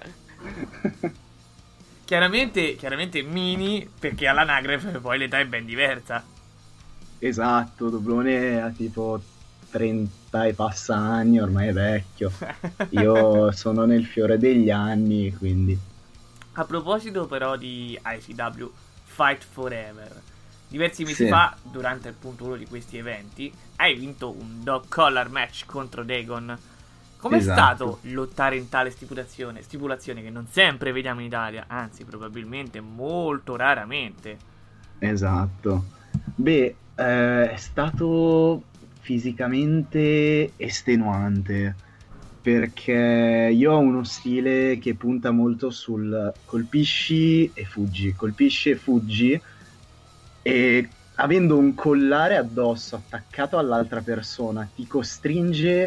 Chiaramente Mini, perché all'anagrafe poi l'età è ben diversa. Esatto, Doblone ha tipo 30 e passa anni, ormai è vecchio. Io sono nel fiore degli anni, quindi. A proposito però di ICW Fight Forever, diversi mesi fa, durante appunto uno di questi eventi, hai vinto un dog collar match contro Dagon. Com'è stato lottare in tale stipulazione che non sempre vediamo in Italia, anzi probabilmente molto raramente? Esatto. Beh, è stato fisicamente estenuante, perché io ho uno stile che punta molto sul colpisci e fuggi, e avendo un collare addosso attaccato all'altra persona ti costringe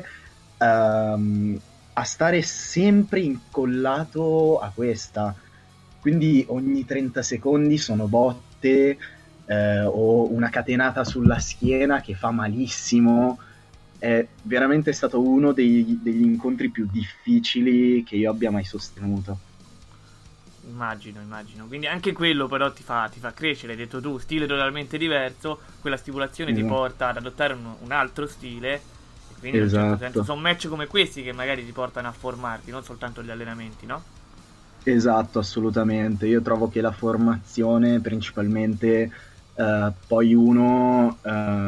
a stare sempre incollato a questa, quindi ogni 30 secondi sono botte o una catenata sulla schiena che fa malissimo. È veramente stato uno degli incontri più difficili che io abbia mai sostenuto. Immagino. Quindi anche quello però ti fa crescere, hai detto tu, stile totalmente diverso, quella stipulazione ti porta ad adottare un altro stile, e quindi in un certo senso sono match come questi che magari ti portano a formarti, non soltanto gli allenamenti, no? Esatto, assolutamente. Io trovo che la formazione principalmente poi uno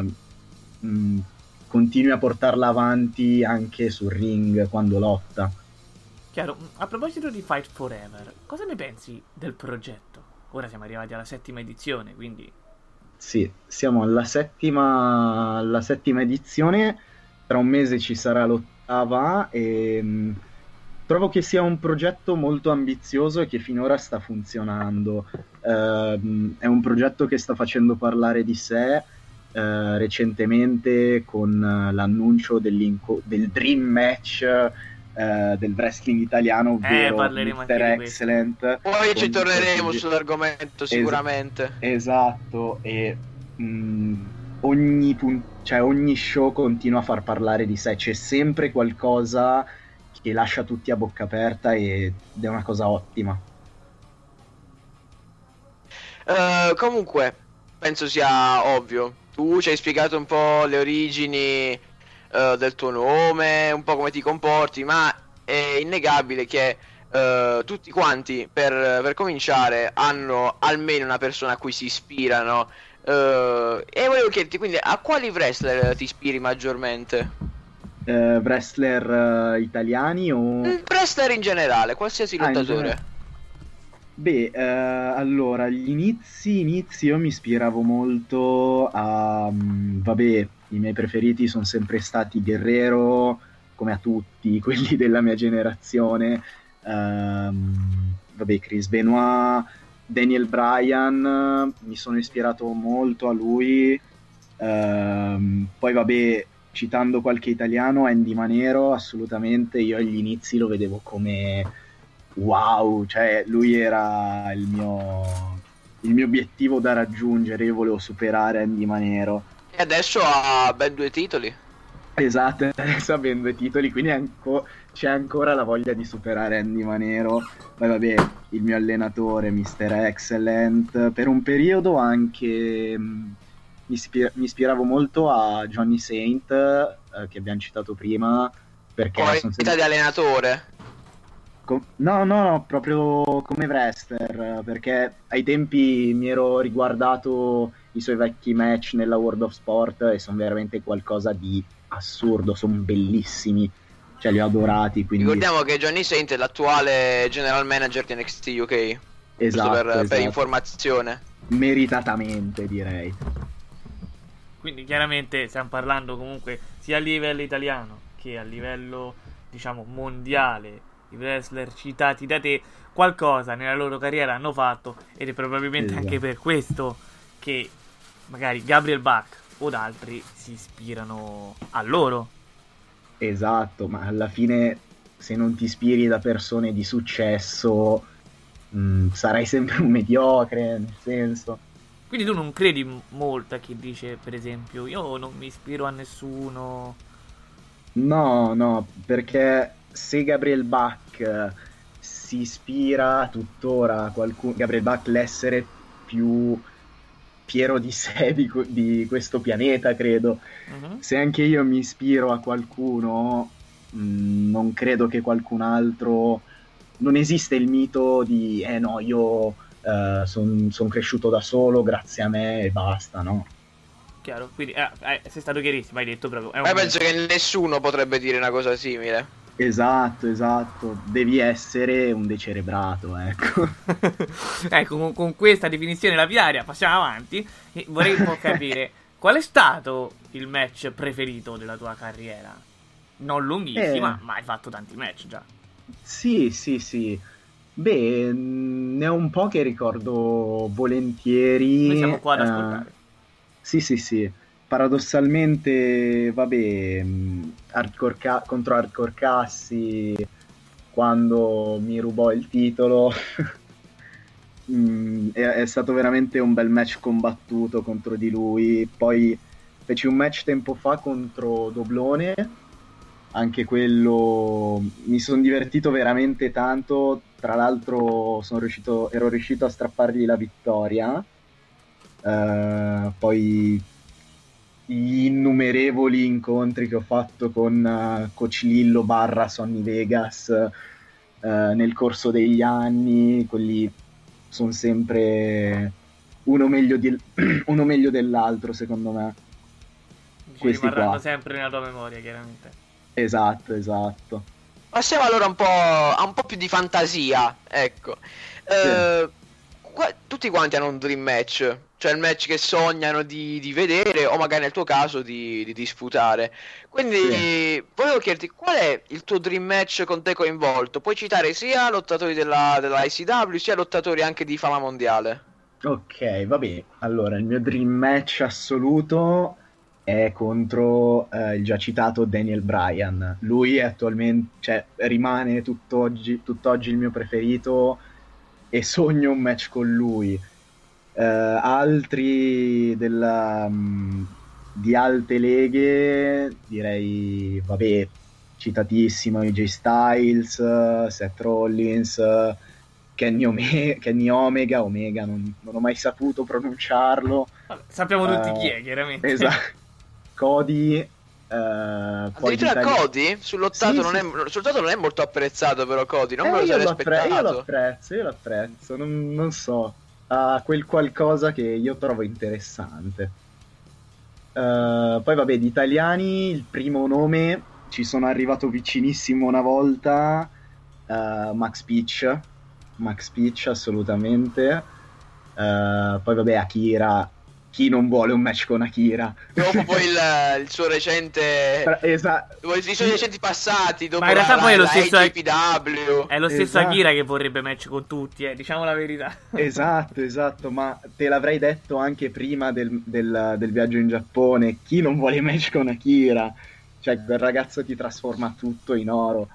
continui a portarla avanti anche sul ring quando lotta. Chiaro, a proposito di Fight Forever, cosa ne pensi del progetto? Ora siamo arrivati alla 7ª edizione, quindi... Sì, siamo alla settima edizione, tra un mese ci sarà l'8ª e trovo che sia un progetto molto ambizioso e che finora sta funzionando. È un progetto che sta facendo parlare di sé recentemente con l'annuncio del Dream Match del wrestling italiano, ovvero Mr. Excellent. Poi ci torneremo sull'argomento sicuramente. Esatto, e ogni show continua a far parlare di sé, c'è sempre qualcosa che lascia tutti a bocca aperta ed è una cosa ottima. Comunque penso sia ovvio, tu ci hai spiegato un po' le origini del tuo nome, un po' come ti comporti, ma è innegabile che tutti quanti per cominciare hanno almeno una persona a cui si ispirano, e volevo chiederti quindi a quali wrestler ti ispiri maggiormente? Wrestler italiani o... wrestler in generale, qualsiasi lottatore. Beh, allora, agli inizi io mi ispiravo molto a... vabbè, i miei preferiti sono sempre stati Guerrero, come a tutti quelli della mia generazione, vabbè, Chris Benoit, Daniel Bryan, mi sono ispirato molto a lui, poi vabbè, citando qualche italiano, Andy Manero, assolutamente, io agli inizi lo vedevo come wow, cioè lui era il mio obiettivo da raggiungere, io volevo superare Andy Manero. E adesso ha ben 2 titoli. Esatto, adesso ha ben 2 titoli, quindi c'è ancora la voglia di superare Andy Manero. Poi vabbè, il mio allenatore, Mr. Excellent, per un periodo anche mi ispiravo molto a Johnny Saint, che abbiamo citato prima, perché sono sempre... di allenatore? No, proprio come wrestler, perché ai tempi mi ero riguardato i suoi vecchi match nella World of Sport e sono veramente qualcosa di assurdo, sono bellissimi, cioè li ho adorati. Quindi... Ricordiamo che Johnny Saint è l'attuale general manager di NXT UK. Esatto, per informazione. Meritatamente, direi. Quindi chiaramente stiamo parlando comunque sia a livello italiano che a livello, diciamo, mondiale. I wrestler citati da te qualcosa nella loro carriera hanno fatto, ed è probabilmente anche per questo che magari Gabriel Bach o altri si ispirano a loro. Esatto, ma alla fine se non ti ispiri da persone di successo sarai sempre un mediocre, nel senso. Quindi tu non credi molto a chi dice, per esempio, io non mi ispiro a nessuno? No, perché se Gabriel Bach si ispira tuttora a qualcuno, Gabriel Bach, l'essere più fiero di sé di questo pianeta, credo. Se anche io mi ispiro a qualcuno, non credo che qualcun altro... Non esiste il mito di no, io sono cresciuto da solo grazie a me e basta, no? Chiaro, quindi sei stato chiarissimo, hai detto proprio. Penso che nessuno potrebbe dire una cosa simile. Esatto, devi essere un decerebrato, ecco. Ecco, con questa definizione lapidaria passiamo avanti. E vorrei un po' capire qual è stato il match preferito della tua carriera? Non lunghissima, ma hai fatto tanti match già. Sì. Beh, ne ho un po' che ricordo volentieri. Noi siamo qua ad ascoltare. Sì. Paradossalmente, vabbè, contro Hardcore Cassi, quando mi rubò il titolo, è stato veramente un bel match combattuto contro di lui. Poi feci un match tempo fa contro Doblone anche quello mi sono divertito veramente tanto. Tra l'altro ero riuscito a strappargli la vittoria. Poi gli innumerevoli incontri che ho fatto con Coach Lillo / Sonny Vegas nel corso degli anni, quelli sono sempre uno meglio dell'altro, secondo me. Questi rimarranno qua sempre nella tua memoria, chiaramente. Esatto. Passiamo allora a un po' più di fantasia, ecco. Tutti quanti hanno un dream match, cioè il match che sognano di vedere o magari nel tuo caso di disputare. Quindi volevo chiederti qual è il tuo dream match con te coinvolto. Puoi citare sia lottatori della ICW sia lottatori anche di fama mondiale. Ok, vabbè. Allora, il mio dream match assoluto è contro il già citato Daniel Bryan. Lui è attualmente, cioè, rimane tutt'oggi il mio preferito e sogno un match con lui. Altri di alte leghe, direi, vabbè, citatissimo AJ Styles, Seth Rollins, Kenny Omega, non ho mai saputo pronunciarlo. Vabbè, sappiamo tutti chi è, chiaramente. Esatto. Cody. Addirittura Cody? Sul lottato non è molto apprezzato, però Cody, non me lo sarei aspettato. Io lo apprezzo, non so. Ha quel qualcosa che io trovo interessante. Poi vabbè, di italiani, il primo nome, ci sono arrivato vicinissimo una volta, Max Peach assolutamente. Poi vabbè, Akira. Chi non vuole un match con Akira? Dopo poi il suo recente i suoi recenti passati, dopo ma in realtà poi è lo stesso APW. È lo stesso Akira che vorrebbe match con tutti, diciamo la verità. Esatto, ma te l'avrei detto anche prima del viaggio in Giappone. Chi non vuole match con Akira? Cioè, quel ragazzo ti trasforma tutto in oro.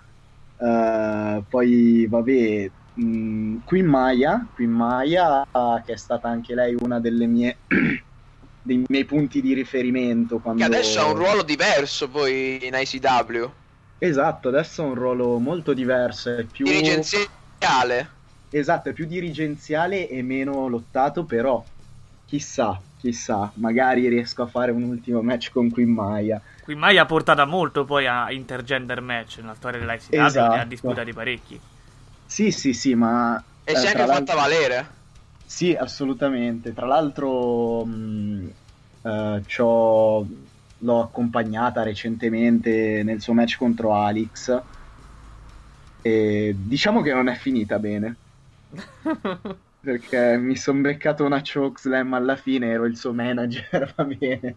Poi vabbè, Queen Maya, che è stata anche lei una dei miei punti di riferimento quando... Che adesso ha un ruolo diverso poi in ICW. Esatto, adesso ha un ruolo molto diverso, è più dirigenziale. Esatto, è più dirigenziale e meno lottato, però chissà, magari riesco a fare un ultimo match con Queen Maya. Queen Maya ha portato molto poi a intergender match nella storia dell'ICW, esatto. Ne ha disputati parecchi. Sì, ma... E si è anche fatta valere. Sì, assolutamente. Tra l'altro l'ho accompagnata recentemente nel suo match contro Alex e diciamo che non è finita bene. Perché mi son beccato una chokeslam alla fine, ero il suo manager, va bene.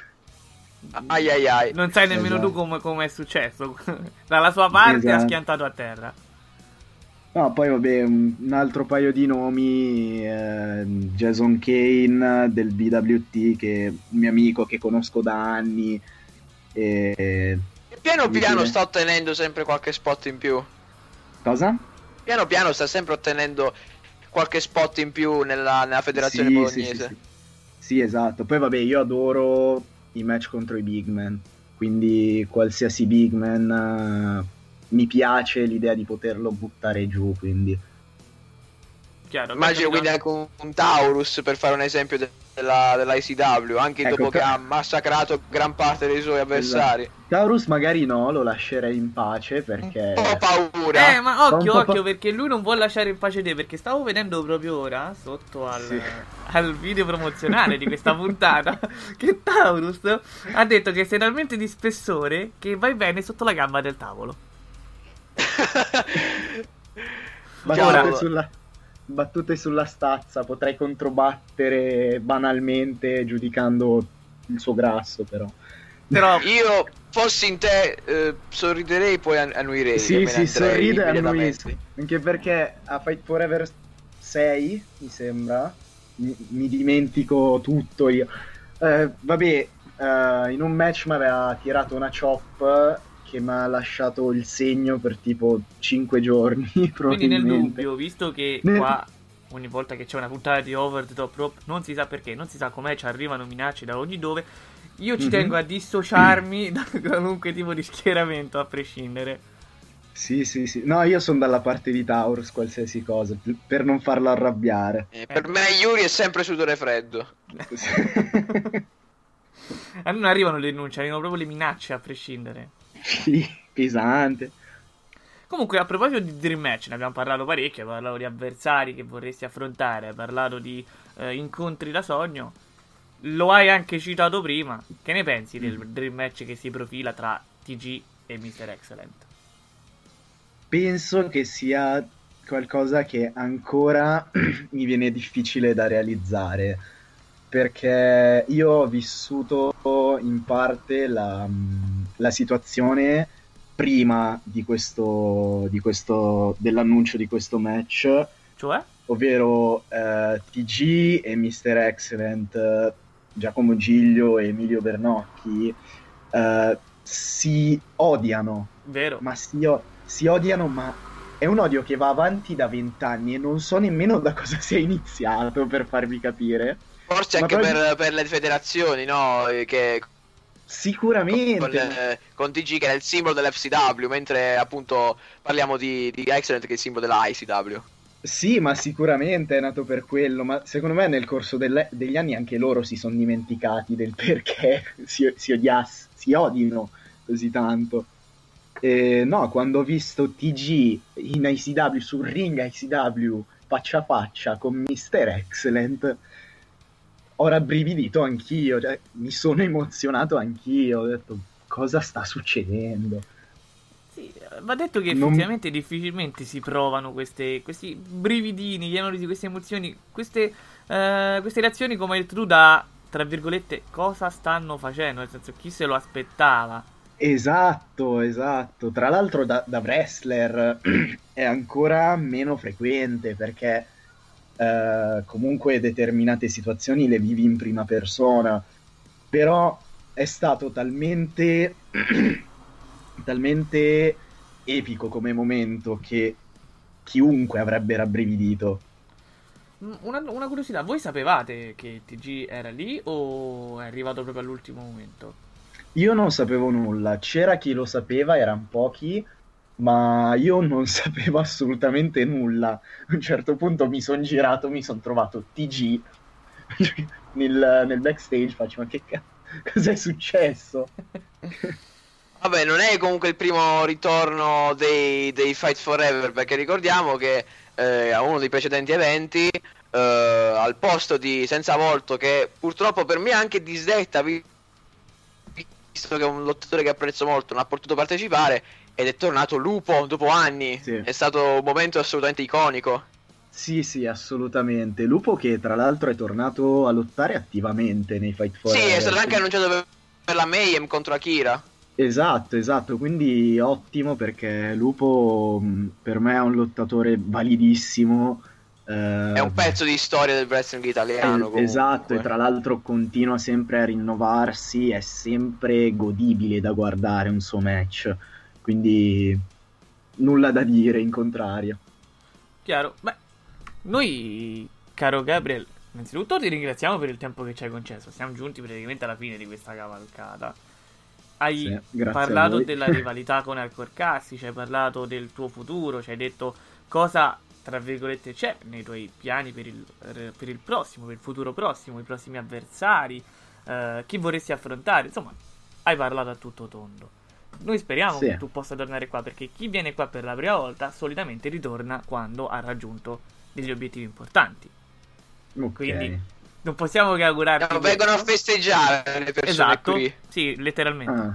Ai. Non sai nemmeno tu come è successo. Dalla sua parte ha schiantato a terra. No, poi vabbè, un altro paio di nomi, Jason Kane del BWT, che è un mio amico che conosco da anni. E piano piano sta ottenendo sempre qualche spot in più. Cosa? Piano piano sta sempre ottenendo qualche spot in più nella federazione bolognese. Sì, esatto. Poi vabbè, io adoro i match contro i big man, quindi qualsiasi big man... mi piace l'idea di poterlo buttare giù, quindi chiaro, immagino quindi anche un Taurus, per fare un esempio dell'ICW, anche dopo che ha massacrato gran parte dei suoi avversari. Esatto. Taurus magari no, lo lascerei in pace perché ho paura. Ma occhio perché lui non vuole lasciare in pace te, perché stavo vedendo proprio ora sotto al video promozionale di questa puntata che Taurus ha detto che sei talmente di spessore che vai bene sotto la gamba del tavolo. Battute sulla stazza, potrei controbattere banalmente giudicando il suo grasso, però io fossi in te sorriderei, poi annuirei. Sì, sorride e annuisco, anche perché a Fight Forever 6 mi sembra mi dimentico tutto io. Vabbè, in un match mi aveva tirato una chop che mi ha lasciato il segno per tipo 5 giorni. Quindi nel dubbio, visto che qua ogni volta che c'è una puntata di Over the Top Rope non si sa perché, non si sa com'è, ci arrivano minacce da ogni dove, Io ci tengo a dissociarmi da qualunque tipo di schieramento, a prescindere. Sì. No, io sono dalla parte di Taurus, qualsiasi cosa, per non farlo arrabbiare. Per me Yuri è sempre sudore freddo. A noi non arrivano le denunce, arrivano proprio le minacce, a prescindere. Sì, pesante. Comunque, a proposito di Dream Match, ne abbiamo parlato parecchio, hai parlato di avversari che vorresti affrontare, hai parlato di incontri da sogno, lo hai anche citato prima. Che ne pensi del Dream Match che si profila tra TG e Mr. Excellent? Penso che sia qualcosa che ancora mi viene difficile da realizzare, perché io ho vissuto in parte la situazione prima dell'annuncio di questo match, cioè? Ovvero TG e Mr. Excellent, Giacomo Giglio e Emilio Bernocchi si odiano. Vero. Ma si odiano, ma è un odio che va avanti da 20 anni e non so nemmeno da cosa sia iniziato, per farvi capire. Forse anche per le federazioni, no? Che sicuramente con TG che è il simbolo dell'FCW, mentre appunto parliamo di Excellent che è il simbolo dell'ICW. Sì, ma sicuramente è nato per quello, ma secondo me nel corso degli anni anche loro si sono dimenticati del perché si odino così tanto. No, quando ho visto TG in ICW, sul ring ICW, faccia a faccia con Mr. Excellent, ho rabbrividito anch'io, cioè, mi sono emozionato anch'io, ho detto, cosa sta succedendo? Sì, va detto che effettivamente difficilmente si provano questi brividini, gli emoji, queste emozioni, queste reazioni, come hai detto tu, da, tra virgolette, cosa stanno facendo, nel senso, chi se lo aspettava. Esatto. Tra l'altro da wrestler è ancora meno frequente, perché comunque determinate situazioni le vivi in prima persona, però è stato talmente epico come momento che chiunque avrebbe rabbrividito. Una curiosità, voi sapevate che TG era lì o è arrivato proprio all'ultimo momento? Io non sapevo nulla, c'era chi lo sapeva, erano pochi, ma io non sapevo assolutamente nulla. A un certo punto mi sono girato, mi sono trovato TG nel backstage, faccio, ma che cos'è successo? Vabbè, non è comunque il primo ritorno dei Fight Forever, perché ricordiamo che a uno dei precedenti eventi, al posto di Senza Volto, che purtroppo per me anche disdetta, visto che è un lottatore che apprezzo molto, non ha potuto partecipare, ed è tornato Lupo dopo anni. Sì. È stato un momento assolutamente iconico. Sì, assolutamente. Lupo che tra l'altro è tornato a lottare attivamente nei Fight Forever. Sì, è stato anche annunciato per la Mayhem contro Akira. Esatto, quindi ottimo, perché Lupo per me è un lottatore validissimo. È un pezzo di storia del wrestling italiano. Esatto, e tra l'altro continua sempre a rinnovarsi, è sempre godibile da guardare un suo match, quindi nulla da dire, in contrario. Chiaro. Beh, noi, caro Gabriel, innanzitutto ti ringraziamo per il tempo che ci hai concesso, siamo giunti praticamente alla fine di questa cavalcata. Hai parlato della rivalità con Hardcore Cassi, ci hai parlato del tuo futuro, ci hai detto cosa, tra virgolette, c'è nei tuoi piani per il prossimo, per il futuro prossimo, i prossimi avversari, chi vorresti affrontare, insomma, hai parlato a tutto tondo. Noi speriamo che tu possa tornare qua, perché chi viene qua per la prima volta solitamente ritorna quando ha raggiunto degli obiettivi importanti. Quindi non possiamo che augurarti. Vengono a festeggiare le persone qui. Sì, letteralmente.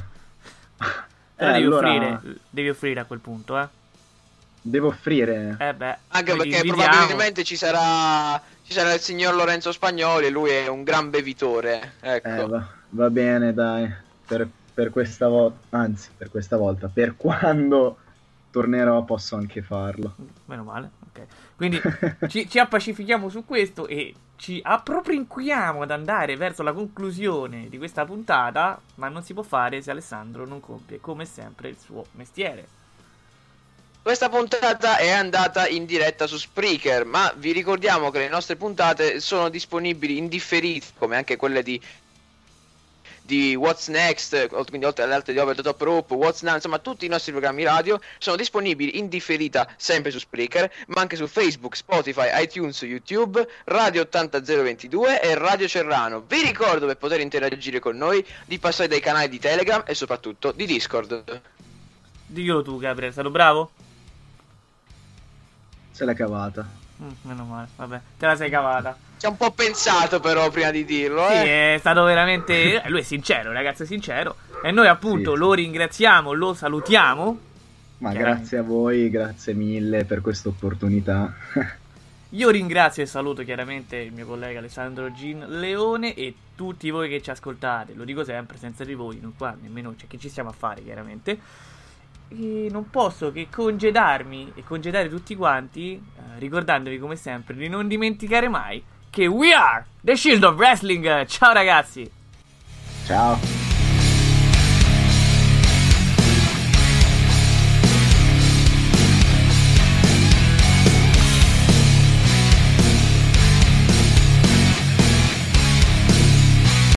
Però devi offrire a quel punto, Devo offrire? Anche perché probabilmente ci sarà il signor Lorenzo Spagnoli e lui è un gran bevitore. Ecco. Va bene, dai. Per questa volta, anzi, per questa volta, per quando tornerò posso anche farlo. Meno male, ok. Quindi ci appacifichiamo su questo e ci appropinquiamo ad andare verso la conclusione di questa puntata, ma non si può fare se Alessandro non compie, come sempre, il suo mestiere. Questa puntata è andata in diretta su Spreaker, ma vi ricordiamo che le nostre puntate sono disponibili in differita, come anche quelle di di What's Next, quindi oltre alle altre di Over the Top Rope, What's Now, insomma tutti i nostri programmi radio sono disponibili in differita sempre su Spreaker, ma anche su Facebook, Spotify, iTunes, YouTube, Radio 80022 e Radio Cerrano. Vi ricordo, per poter interagire con noi, di passare dai canali di Telegram e soprattutto di Discord. Diglielo tu, Gabriele, sei stato bravo? Se l'è cavata. Meno male, vabbè, te la sei cavata. Ci ha un po' pensato però prima di dirlo, Sì, è stato veramente... lui è sincero, ragazzo, è sincero. E noi appunto Sì. lo ringraziamo, lo salutiamo. Ma grazie a voi, grazie mille per questa opportunità. Io ringrazio e saluto chiaramente il mio collega Alessandro Gin Leone e tutti voi che ci ascoltate. Lo dico sempre, senza di voi non qua nemmeno c'è che ci stiamo a fare, chiaramente. E non posso che congedarmi e congedare tutti quanti, ricordandovi come sempre di non dimenticare mai che we are the Shield of Wrestling. Ciao ragazzi. Ciao.